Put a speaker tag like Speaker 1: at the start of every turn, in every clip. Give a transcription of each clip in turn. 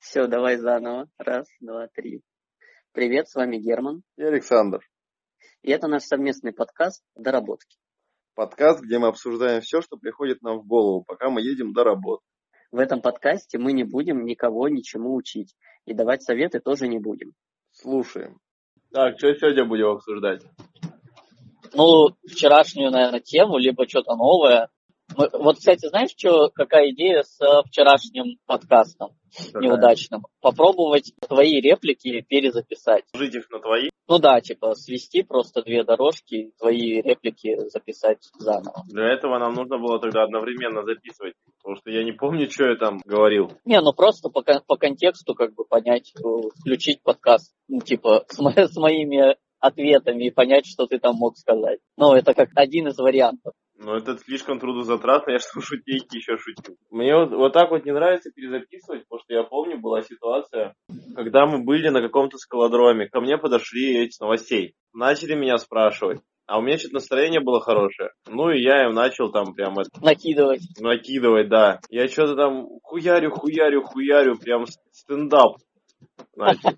Speaker 1: Все, давай заново. Раз, два, три. Привет, с вами Герман.
Speaker 2: И Александр.
Speaker 1: И это наш совместный подкаст «Доработки».
Speaker 2: Подкаст, где мы обсуждаем все, что приходит нам в голову, пока мы едем до работы.
Speaker 1: В этом подкасте мы не будем никого ничему учить. И давать советы тоже не будем.
Speaker 2: Слушаем. Так, что сегодня будем обсуждать?
Speaker 1: Вчерашнюю, наверное, тему, либо что-то новое. Вот, кстати, знаешь, какая идея с вчерашним подкастом неудачным? Попробовать твои реплики перезаписать.
Speaker 2: Жить их на твои?
Speaker 1: Свести просто две дорожки, твои реплики записать заново.
Speaker 2: Для этого нам нужно было тогда одновременно записывать, потому что я не помню, что я там говорил.
Speaker 1: Просто по контексту понять, включить подкаст, с моими ответами и понять, что ты там мог сказать. Это как один из вариантов.
Speaker 2: Это слишком трудозатратно, я что шутейки еще шутил. Мне вот так вот не нравится перезаписывать, потому что я помню, была ситуация, когда мы были на каком-то скалодроме, ко мне подошли эти новостей, начали меня спрашивать, а у меня что-то настроение было хорошее, и я им начал там прям накидывать, да. Я что-то там хуярю, прям стендап начал.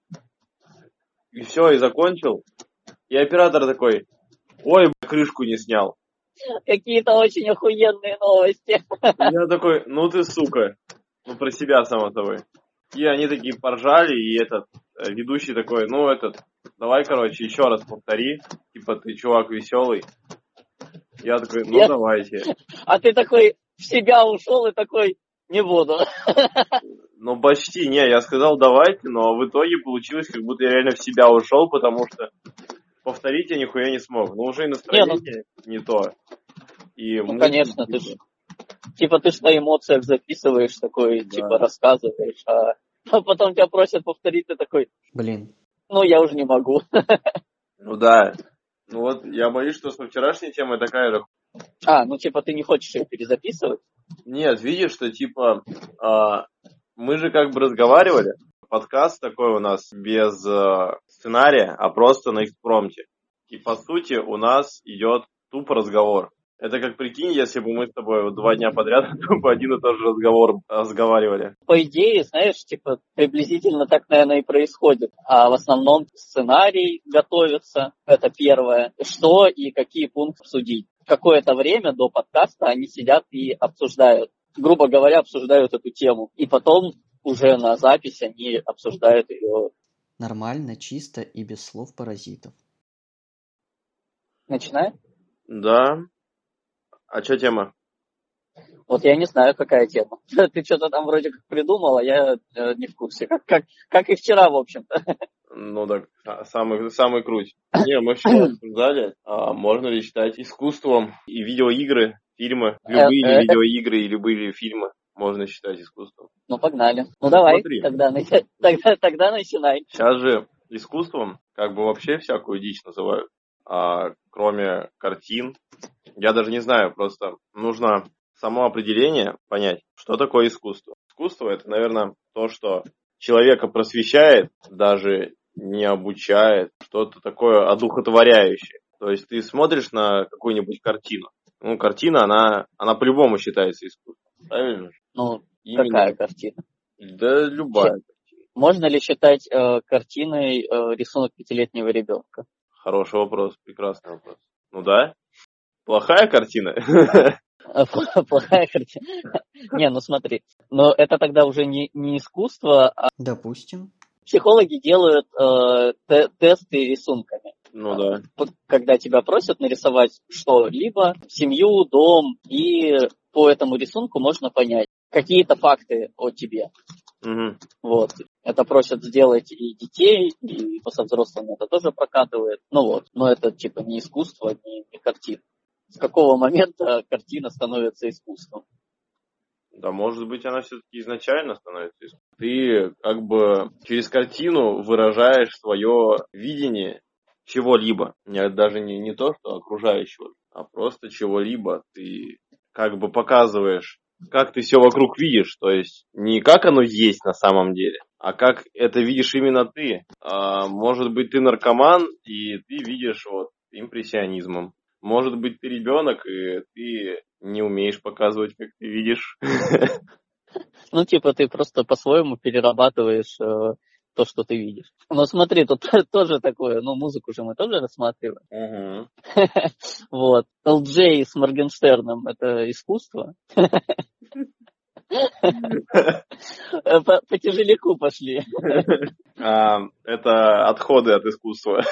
Speaker 2: И все, и закончил. И оператор такой, ой, крышку не снял.
Speaker 1: Какие-то очень охуенные новости.
Speaker 2: Я такой, ты сука. Про себя, само собой. И они такие поржали, и ведущий такой, давай, еще раз повтори. Типа, ты чувак веселый. Я такой, давайте.
Speaker 1: А ты такой в себя ушел и такой, не буду.
Speaker 2: Почти, я сказал давайте, но в итоге получилось, как будто я реально в себя ушел, потому что повторить я нихуя не смог. Уже и настроение не то. И
Speaker 1: конечно, ты же на эмоциях записываешь такой, да. Рассказываешь, а потом тебя просят повторить, ты такой, я уже не могу.
Speaker 2: Да. Я боюсь, что со вчерашней темой такая же.
Speaker 1: Ты не хочешь ее перезаписывать?
Speaker 2: Нет, видишь, что мы же разговаривали. Подкаст такой у нас без сценария, а просто на экспромте. И по сути у нас идет тупо разговор. Это как прикинь, если бы мы с тобой 2 дня подряд тупо один и тот же разговор разговаривали.
Speaker 1: По идее, знаешь, приблизительно так, наверное, и происходит. А в основном сценарий готовится, это первое. Что и какие пункты обсудить. Какое-то время до подкаста они сидят и обсуждают. Грубо говоря, обсуждают эту тему. И потом уже на запись они обсуждают ее.
Speaker 3: Нормально, чисто и без слов паразитов.
Speaker 1: Начинаем?
Speaker 2: Да. А что тема?
Speaker 1: Я не знаю, какая тема. Ты что-то там вроде как придумал, а я не в курсе. Как и вчера, в общем-то.
Speaker 2: Так, самый круть. Мы вчера обсуждали, можно ли считать искусством и видеоигры, фильмы, любые видеоигры и любые фильмы можно считать искусством.
Speaker 1: Погнали. Давай, тогда начинай.
Speaker 2: Сейчас же искусством вообще всякую дичь называют. Кроме картин. Я даже не знаю, просто нужно само определение понять, что такое искусство. Искусство — это, наверное, то, что человека просвещает, даже не обучает, что-то такое одухотворяющее. То есть ты смотришь на какую-нибудь картину. Картина, она по-любому считается искусством. Правильно?
Speaker 1: Какая картина?
Speaker 2: Да, любая картина.
Speaker 1: Можно ли считать картиной рисунок 5-летнего ребенка?
Speaker 2: Хороший вопрос, прекрасный вопрос. Да. Плохая картина?
Speaker 1: Плохая картина. Смотри. Но это тогда уже не искусство, а...
Speaker 3: Допустим.
Speaker 1: Психологи делают тесты рисунками.
Speaker 2: Да.
Speaker 1: Когда тебя просят нарисовать что-либо, семью, дом, и по этому рисунку можно понять какие-то факты о тебе.
Speaker 2: Угу.
Speaker 1: Это просят сделать и детей, и со взрослыми это тоже прокатывает. Но это не искусство, не картина. С какого момента картина становится искусством?
Speaker 2: Да, может быть, она все-таки изначально становится искусством. Ты через картину выражаешь свое видение чего-либо. Даже не то, что окружающего, а просто чего-либо. Ты показываешь, как ты все вокруг видишь. То есть не как оно есть на самом деле, а как это видишь именно ты. Может быть, ты наркоман, и ты видишь импрессионизмом. Может быть, ты ребенок, и ты не умеешь показывать, как ты видишь.
Speaker 1: Ну, типа, ты просто по-своему перерабатываешь то, что ты видишь. Но смотри, тут тоже такое, ну, музыку же мы тоже рассматриваем.
Speaker 2: Угу.
Speaker 1: Вот. LJ с Моргенштерном — это искусство. По тяжеляку пошли.
Speaker 2: Это отходы от искусства.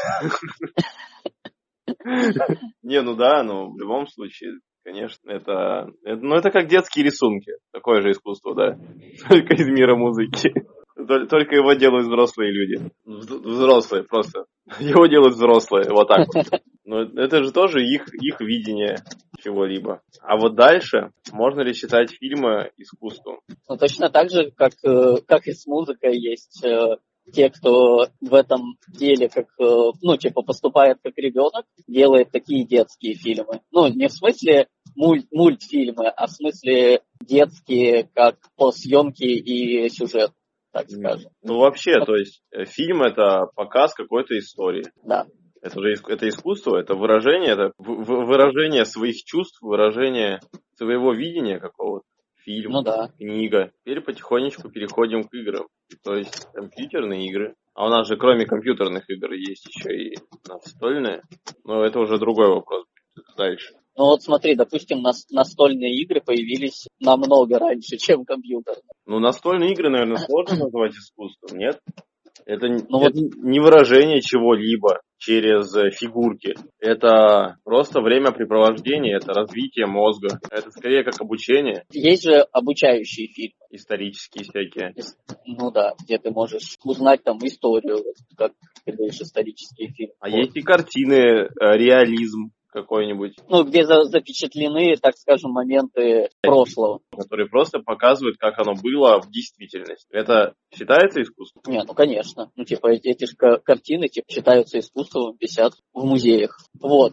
Speaker 2: Не, ну да, но в любом случае, конечно, это как детские рисунки. Такое же искусство, да. Только из мира музыки. Только его делают взрослые люди. Взрослые просто. Его делают взрослые, вот так вот. Но это же тоже их видение чего-либо. А вот дальше, можно ли считать фильмы искусством?
Speaker 1: Ну, точно так же, как и с музыкой, есть те, кто в этом деле, поступает как ребенок, делает такие детские фильмы. Ну, не в смысле мультфильмы, а в смысле детские, как по съемке и сюжету, так скажем.
Speaker 2: Ну, вообще, то есть, фильм — это показ какой-то истории.
Speaker 1: Да.
Speaker 2: Это искусство, это выражение своих чувств, выражение своего видения какого-то. Фильм,
Speaker 1: Ну да.
Speaker 2: книга. Теперь потихонечку переходим к играм. То есть компьютерные игры. А у нас же кроме компьютерных игр есть еще и настольные. Но это уже другой вопрос. Дальше.
Speaker 1: Ну вот смотри, допустим, настольные игры появились намного раньше, чем компьютерные.
Speaker 2: Ну, настольные игры, наверное, сложно назвать искусством, нет? Это
Speaker 1: вот
Speaker 2: не выражение чего-либо через фигурки. Это просто времяпрепровождение, это развитие мозга. Это скорее как обучение.
Speaker 1: Есть же обучающие фильмы.
Speaker 2: Исторические всякие.
Speaker 1: Ну да, где ты можешь узнать там историю, как ты говоришь, исторические фильмы.
Speaker 2: А есть и картины, реализм какой-нибудь.
Speaker 1: Ну, где запечатлены, так скажем, моменты прошлого.
Speaker 2: Которые просто показывают, как оно было в действительности. Это считается искусством?
Speaker 1: Нет, ну конечно. Ну, типа, эти же картины считаются искусством, висят в музеях. Вот.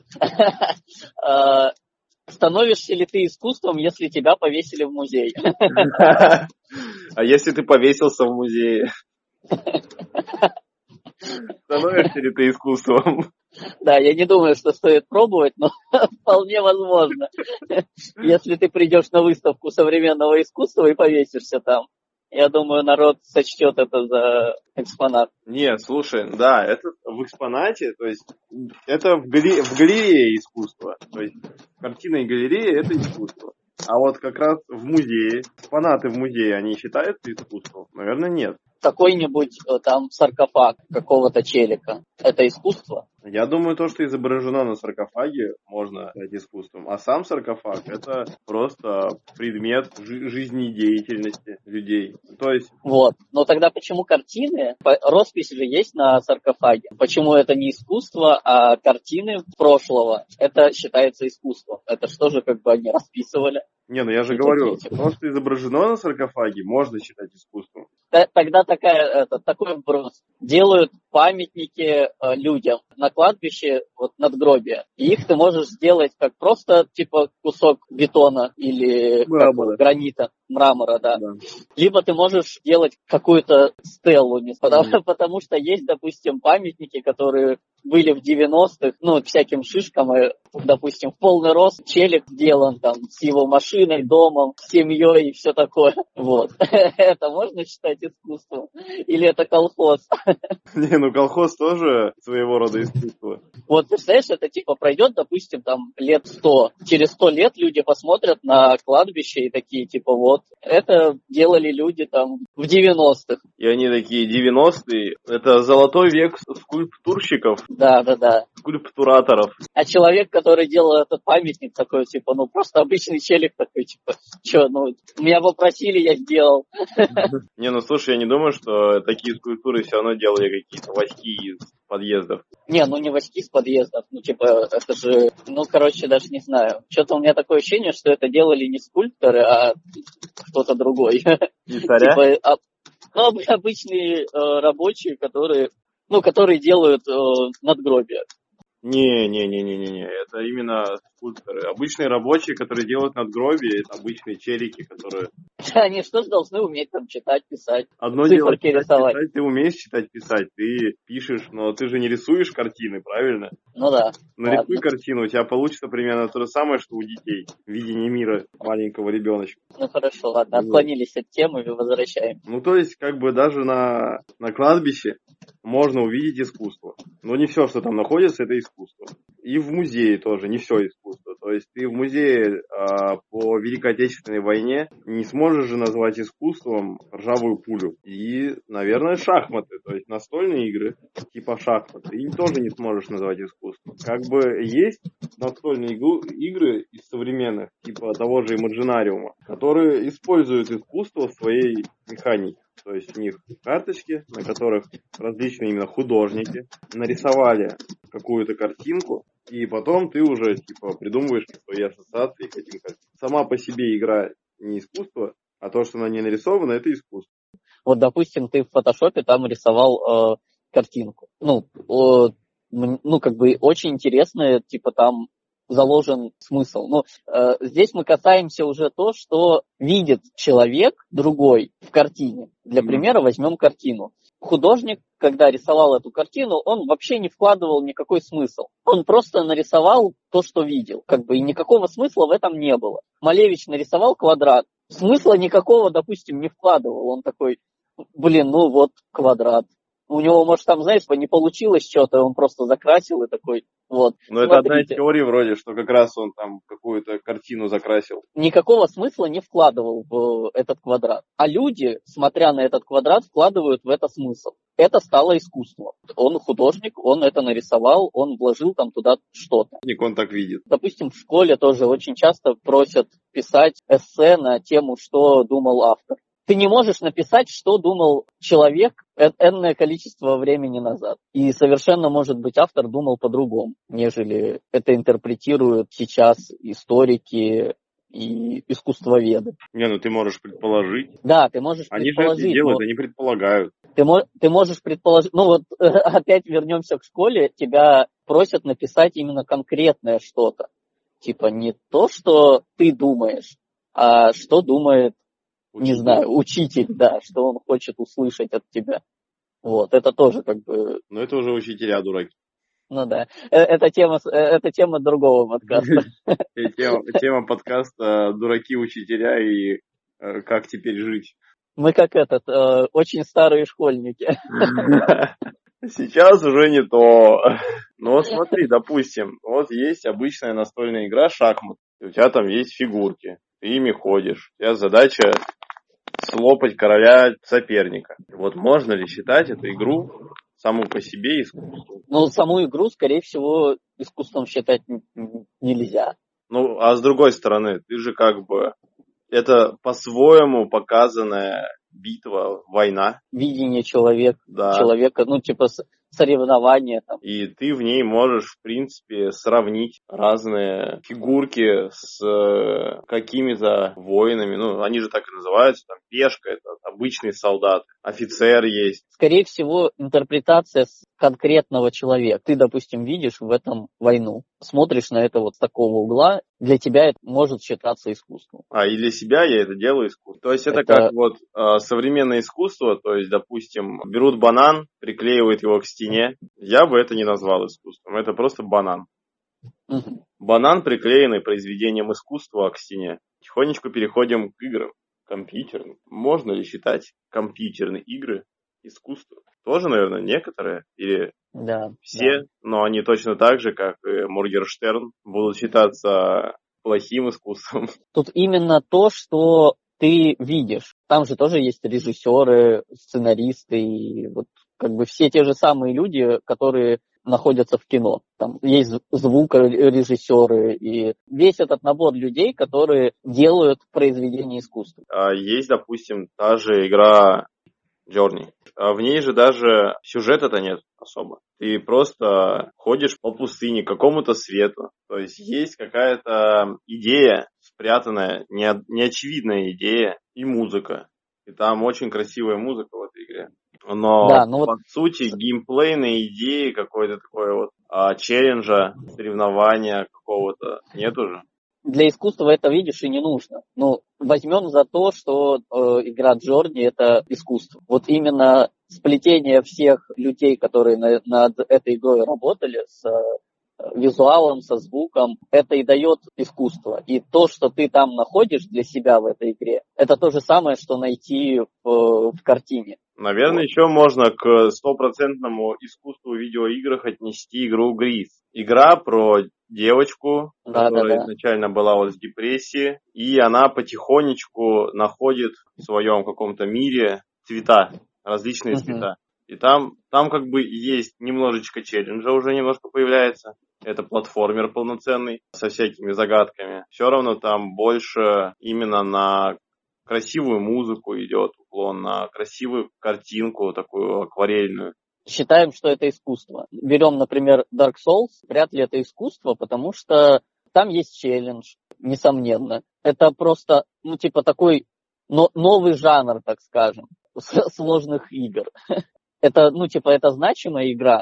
Speaker 1: Становишься ли ты искусством, если тебя повесили в музей?
Speaker 2: А если ты повесился в музее? Становишься ли ты искусством?
Speaker 1: Да, я не думаю, что стоит пробовать, но вполне возможно. Если ты придешь на выставку современного искусства и повесишься там, я думаю, народ сочтет это за экспонат.
Speaker 2: Нет, слушай, да, это в экспонате, то есть это в галерее искусства. То есть картина и галерея — это искусство. А вот как раз в музее, экспонаты в музее, они считаются искусством? Наверное, нет.
Speaker 1: Какой-нибудь там саркофаг какого-то челика — это искусство?
Speaker 2: Я думаю, то, что изображено на саркофаге, можно считать искусством. А сам саркофаг — это просто предмет жизнедеятельности людей. То есть...
Speaker 1: Вот. Но тогда почему картины? Роспись же есть на саркофаге. Почему это не искусство, а картины прошлого? Это считается искусством. Это что же как бы они расписывали?
Speaker 2: Не, ну я же говорю, то, что изображено на саркофаге, можно считать искусством.
Speaker 1: Тогда такой вопрос. Делают памятники людям на кладбище, вот надгробия. И их ты можешь сделать как просто типа кусок бетона или гранита, мрамора, да. Либо ты можешь делать какую-то стеллу, потому что есть, допустим, памятники, которые были в 90-х, ну, всяким шишкам, допустим, в полный рост челик сделан там с его машиной, домом, с семьей и все такое. Вот. Это можно считать искусством? Или это колхоз?
Speaker 2: Не, ну колхоз тоже своего рода искусство.
Speaker 1: Вот, представляешь, это типа пройдет, допустим, там лет 100. Через 100 лет люди посмотрят на кладбище и такие, типа, вот, это делали люди там в 90-х.
Speaker 2: И они такие, 90-е, это золотой век скульптурщиков.
Speaker 1: Да.
Speaker 2: Скульптураторов.
Speaker 1: А человек, который делал этот памятник, такой, типа, ну, просто обычный челик такой, типа, что, ну, меня попросили, я сделал.
Speaker 2: Не, ну, слушай, я не думаю, что такие скульптуры все равно делали какие-то васьки из подъездов.
Speaker 1: Не, ну, не васьки из подъездов, ну, типа, это же, ну, короче, даже не знаю. Что-то у меня такое ощущение, что это делали не скульпторы, а кто-то другой.
Speaker 2: Типа,
Speaker 1: ну, обычные рабочие, которые делают надгробия.
Speaker 2: Не, это именно скульпторы. Обычные рабочие, которые делают надгробия, это обычные челики, которые...
Speaker 1: Они что ж должны уметь там читать, писать,
Speaker 2: Одно дело
Speaker 1: циферки
Speaker 2: читать,
Speaker 1: рисовать?
Speaker 2: писать, ты умеешь читать, писать, ты пишешь, но ты же не рисуешь картины, правильно?
Speaker 1: Ну да,
Speaker 2: Нарисуй
Speaker 1: ладно.
Speaker 2: картину, у тебя получится примерно то же самое, что у детей. Видение мира маленького ребеночка.
Speaker 1: Ну хорошо, ладно,
Speaker 2: Вот.
Speaker 1: отклонились от темы и возвращаем.
Speaker 2: Ну, то есть, как бы даже на кладбище можно увидеть искусство. Но не все, что там находится, это искусство. И в музее тоже не все искусство. То есть ты в музее по Великой Отечественной войне не сможешь же назвать искусством ржавую пулю. И, наверное, шахматы, то есть настольные игры типа шахмат, ты тоже не сможешь назвать искусством. Как бы есть настольные игры из современных, типа того же Имаджинариума, которые используют искусство в своей механике. То есть у них карточки, на которых различные именно художники нарисовали какую-то картинку, и потом ты уже типа придумываешь свои ассоциации к этим картинкам. Сама по себе игра не искусство, а то, что на ней нарисовано, это искусство.
Speaker 1: Вот, допустим, ты в фотошопе там рисовал картинку. Как бы очень интересно, типа там заложен смысл. Но здесь мы касаемся уже то, что видит человек другой в картине. Для примера возьмем картину. Художник, когда рисовал эту картину, он вообще не вкладывал никакой смысл. Он просто нарисовал то, что видел. Как бы и никакого смысла в этом не было. Малевич нарисовал квадрат. Смысла никакого, допустим, не вкладывал. Он такой, ну вот квадрат. У него, может, там, знаешь, не получилось что-то, он просто закрасил и такой, вот.
Speaker 2: Но это одна из теорий вроде, что как раз он там какую-то картину закрасил.
Speaker 1: Никакого смысла не вкладывал в этот квадрат. А люди, смотря на этот квадрат, вкладывают в это смысл. Это стало искусством. Он художник, он это нарисовал, он вложил там туда что-то.
Speaker 2: Он так видит.
Speaker 1: Допустим, в школе тоже очень часто просят писать эссе на тему, что думал автор. Ты не можешь написать, что думал человек энное количество времени назад. И совершенно, может быть, автор думал по-другому, нежели это интерпретируют сейчас историки и искусствоведы.
Speaker 2: Ну ты можешь предположить.
Speaker 1: Да, ты можешь
Speaker 2: предположить.
Speaker 1: Они же это
Speaker 2: делают, они предполагают.
Speaker 1: Ты можешь предположить. Опять вернемся к школе. Тебя просят написать именно конкретное что-то. Типа не то, что ты думаешь, а что думает учитель. Не знаю, учитель, да, что он хочет услышать от тебя. Вот, это тоже как бы...
Speaker 2: Но это уже учителя дураки.
Speaker 1: Ну да, это тема другого подкаста.
Speaker 2: Тема подкаста «Дураки учителя» и «Как теперь жить».
Speaker 1: Мы как очень старые школьники.
Speaker 2: Сейчас уже не то. Но вот смотри, допустим, вот есть обычная настольная игра шахмат. У тебя там есть фигурки, ты ими ходишь. У тебя задача слопать короля соперника. Вот можно ли считать эту игру саму по себе искусством?
Speaker 1: Ну, саму игру, скорее всего, искусством считать нельзя.
Speaker 2: Ну, а с другой стороны, ты же как бы... Это по-своему показанная битва, война.
Speaker 1: Видение человека, соревнования. Там.
Speaker 2: И ты в ней можешь, в принципе, сравнить разные фигурки с какими-то воинами. Ну, они же так и называются. Там пешка, это обычный солдат, офицер есть.
Speaker 1: Скорее всего, интерпретация с конкретного человека. Ты, допустим, видишь в этом войну. Смотришь на это вот с такого угла. Для тебя это может считаться искусством.
Speaker 2: И для себя я это делаю искусством. То есть это как вот современное искусство. То есть, допустим, берут банан, приклеивают его к стене. Я бы это не назвал искусством. Это просто банан.
Speaker 1: Угу.
Speaker 2: Банан, приклеенный произведением искусства к стене. Тихонечко переходим к играм. Компьютерным. Можно ли считать компьютерные игры искусством? Тоже, наверное, некоторые. Или все, да. Но они точно так же, как и Моргенштерн, будут считаться плохим искусством.
Speaker 1: Тут именно то, что ты видишь. Там же тоже есть режиссеры, сценаристы и вот как бы все те же самые люди, которые находятся в кино. Там есть звукорежиссеры и весь этот набор людей, которые делают произведения искусства.
Speaker 2: Есть, допустим, та же игра Journey. В ней же даже сюжета-то нет особо. Ты просто ходишь по пустыне к какому-то свету. То есть есть какая-то идея, спрятанная, неочевидная идея и музыка. И там очень красивая музыка в этой игре. Но по сути геймплейной идеи какой-то такой вот челленджа, соревнования какого-то. Нет уже?
Speaker 1: Для искусства это, видишь, и не нужно. Ну, возьмем за то, что игра Джорни — это искусство. Вот именно сплетение всех людей, которые над этой игрой работали, с визуалом, со звуком, это и дает искусство. И то, что ты там находишь для себя в этой игре, это то же самое, что найти в картине.
Speaker 2: Наверное,
Speaker 1: Вот.
Speaker 2: еще можно к стопроцентному искусству в видеоиграх отнести игру Грис. Игра про девочку, которая изначально была вот в депрессии, и она потихонечку находит в своем каком-то мире цвета, различные цвета. И там как бы есть немножечко челленджа уже немножко появляется. Это платформер полноценный со всякими загадками. Все равно там больше именно на красивую музыку идет уклон, на красивую картинку такую акварельную.
Speaker 1: Считаем, что это искусство. Берем, например, Dark Souls. Вряд ли это искусство, потому что там есть челлендж, несомненно. Это просто, такой новый жанр, так скажем, сложных игр. Это, это значимая игра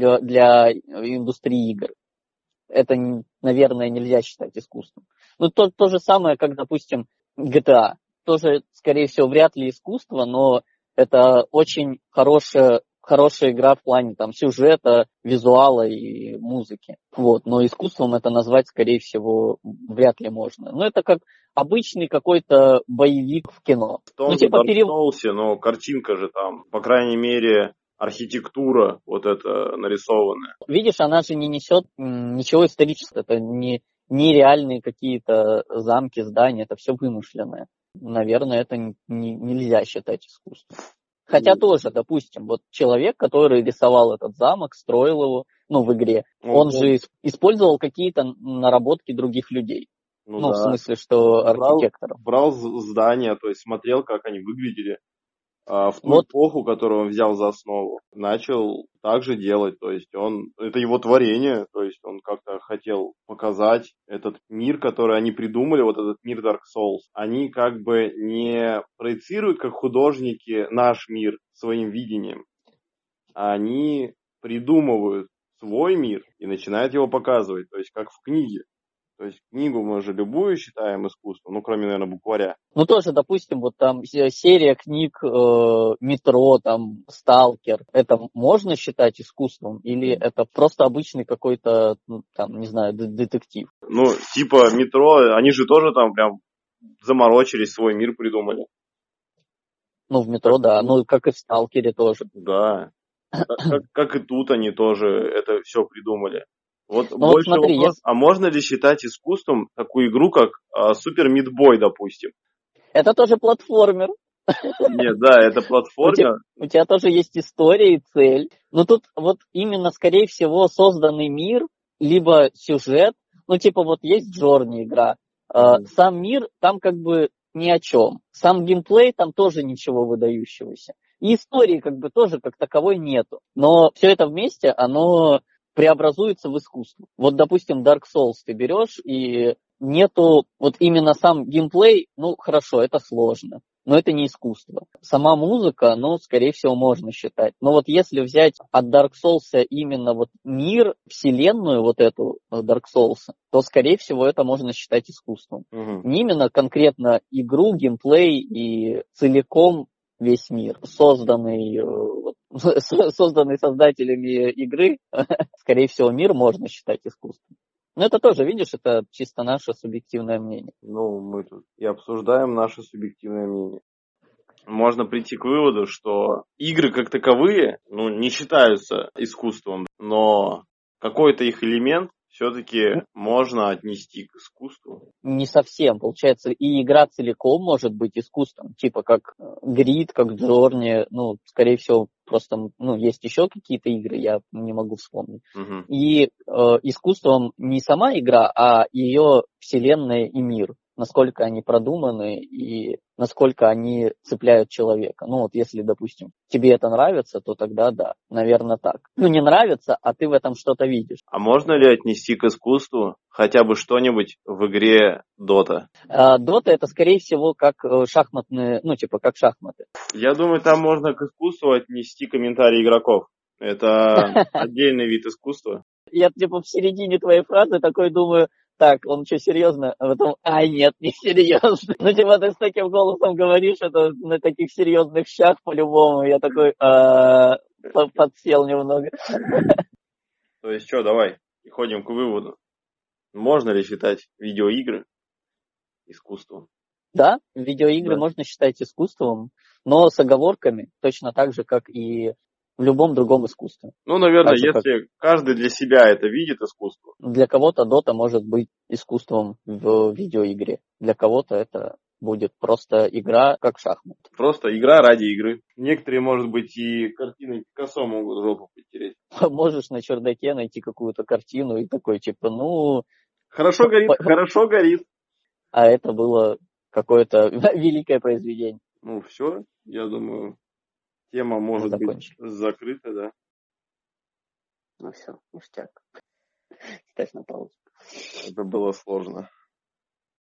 Speaker 1: для индустрии игр. Это, наверное, нельзя считать искусством. То же самое, как, допустим, GTA. Тоже, скорее всего, вряд ли искусство, но это очень хорошая игра в плане там сюжета, визуала и музыки. Вот. Но искусством это назвать, скорее всего, вряд ли можно. Но это как обычный какой-то боевик в кино.
Speaker 2: В том же Dark Souls, но картинка же там, по крайней мере, архитектура вот эта нарисованная.
Speaker 1: Видишь, она же не несет ничего исторического. Это не реальные какие-то замки, здания, это все вымышленное. Наверное, это нельзя считать искусством. Хотя тоже, допустим, вот человек, который рисовал этот замок, строил его, в игре, он же использовал какие-то наработки других людей. В смысле, что архитекторов.
Speaker 2: Брал здания, то есть смотрел, как они выглядели. В ту эпоху, которую он взял за основу, начал также делать, то есть это его творение, то есть он как-то хотел показать этот мир, который они придумали, вот этот мир Dark Souls. Они как бы не проецируют, как художники, наш мир своим видением, а они придумывают свой мир и начинают его показывать, то есть как в книге. То есть книгу мы же любую считаем искусством, кроме, наверное, букваря.
Speaker 1: Тоже, допустим, вот там серия книг «Метро», там «Сталкер». Это можно считать искусством? Или это просто обычный какой-то, не знаю, детектив?
Speaker 2: Типа «Метро», они же тоже там прям заморочились, свой мир придумали.
Speaker 1: В «Метро», да. Как и в «Сталкере» тоже.
Speaker 2: Да. Как и тут они тоже это все придумали. Больше
Speaker 1: смотри,
Speaker 2: вопрос, а можно ли считать искусством такую игру, как Super Meat Boy, допустим?
Speaker 1: Это тоже платформер.
Speaker 2: Нет, да, это платформер.
Speaker 1: У тебя тоже есть история и цель. Но тут вот именно, скорее всего, созданный мир, либо сюжет. Есть Джорни игра. Сам мир там как бы ни о чем. Сам геймплей там тоже ничего выдающегося. И истории как бы тоже как таковой нету. Но все это вместе, оно преобразуется в искусство. Вот, допустим, Dark Souls ты берешь, и нету вот именно сам геймплей, хорошо, это сложно, но это не искусство. Сама музыка, скорее всего, можно считать. Но вот если взять от Dark Souls именно вот мир, вселенную вот эту Dark Souls, то, скорее всего, это можно считать искусством. Не именно конкретно игру, геймплей и целиком весь мир, созданный создателями игры, скорее всего, мир можно считать искусством. Но это тоже, видишь, это чисто наше субъективное мнение.
Speaker 2: Мы тут и обсуждаем наше субъективное мнение. Можно прийти к выводу, что игры как таковые, не считаются искусством, но какой-то их элемент все-таки можно отнести к искусству.
Speaker 1: Не совсем. Получается, и игра целиком может быть искусством. Типа как Грид, как Джорни. Скорее всего, просто есть еще какие-то игры, я не могу вспомнить. И искусством не сама игра, а ее вселенная и мир. Насколько они продуманы и насколько они цепляют человека. Если, допустим, тебе это нравится, то тогда да, наверное, так. Не нравится, а ты в этом что-то видишь.
Speaker 2: А можно ли отнести к искусству хотя бы что-нибудь в игре Dota?
Speaker 1: Dota это, скорее всего, как шахматные, как шахматы.
Speaker 2: Я думаю, там можно к искусству отнести комментарии игроков. Это отдельный вид искусства.
Speaker 1: Я типа в середине твоей фразы такой думаю, так, он что, серьезно? А потом, нет, не серьезно. Ну, типа, ты с таким голосом говоришь, это на таких серьезных щах по-любому. Я такой, подсел немного.
Speaker 2: То есть что, давай, переходим к выводу. Можно ли считать видеоигры искусством?
Speaker 1: Да, видеоигры
Speaker 2: Да.
Speaker 1: можно считать искусством, но с оговорками, точно так же, как и в любом другом искусстве.
Speaker 2: Ну, наверное,
Speaker 1: Так же, как
Speaker 2: если каждый для себя это видит искусство.
Speaker 1: для кого-то Dota может быть искусством в видеоигре, для кого-то это будет просто игра, как шахмат.
Speaker 2: Просто игра ради игры. Некоторые, может быть, и картины Пикассо могут жопу потереть.
Speaker 1: Можешь на чердаке найти какую-то картину и такой, типа,
Speaker 2: Хорошо горит, хорошо горит.
Speaker 1: а это было какое-то великое произведение.
Speaker 2: Ну, все, я думаю, тема может быть закрыта, да.
Speaker 1: Ну все, ништяк. Ставь на паузу.
Speaker 2: Это было сложно.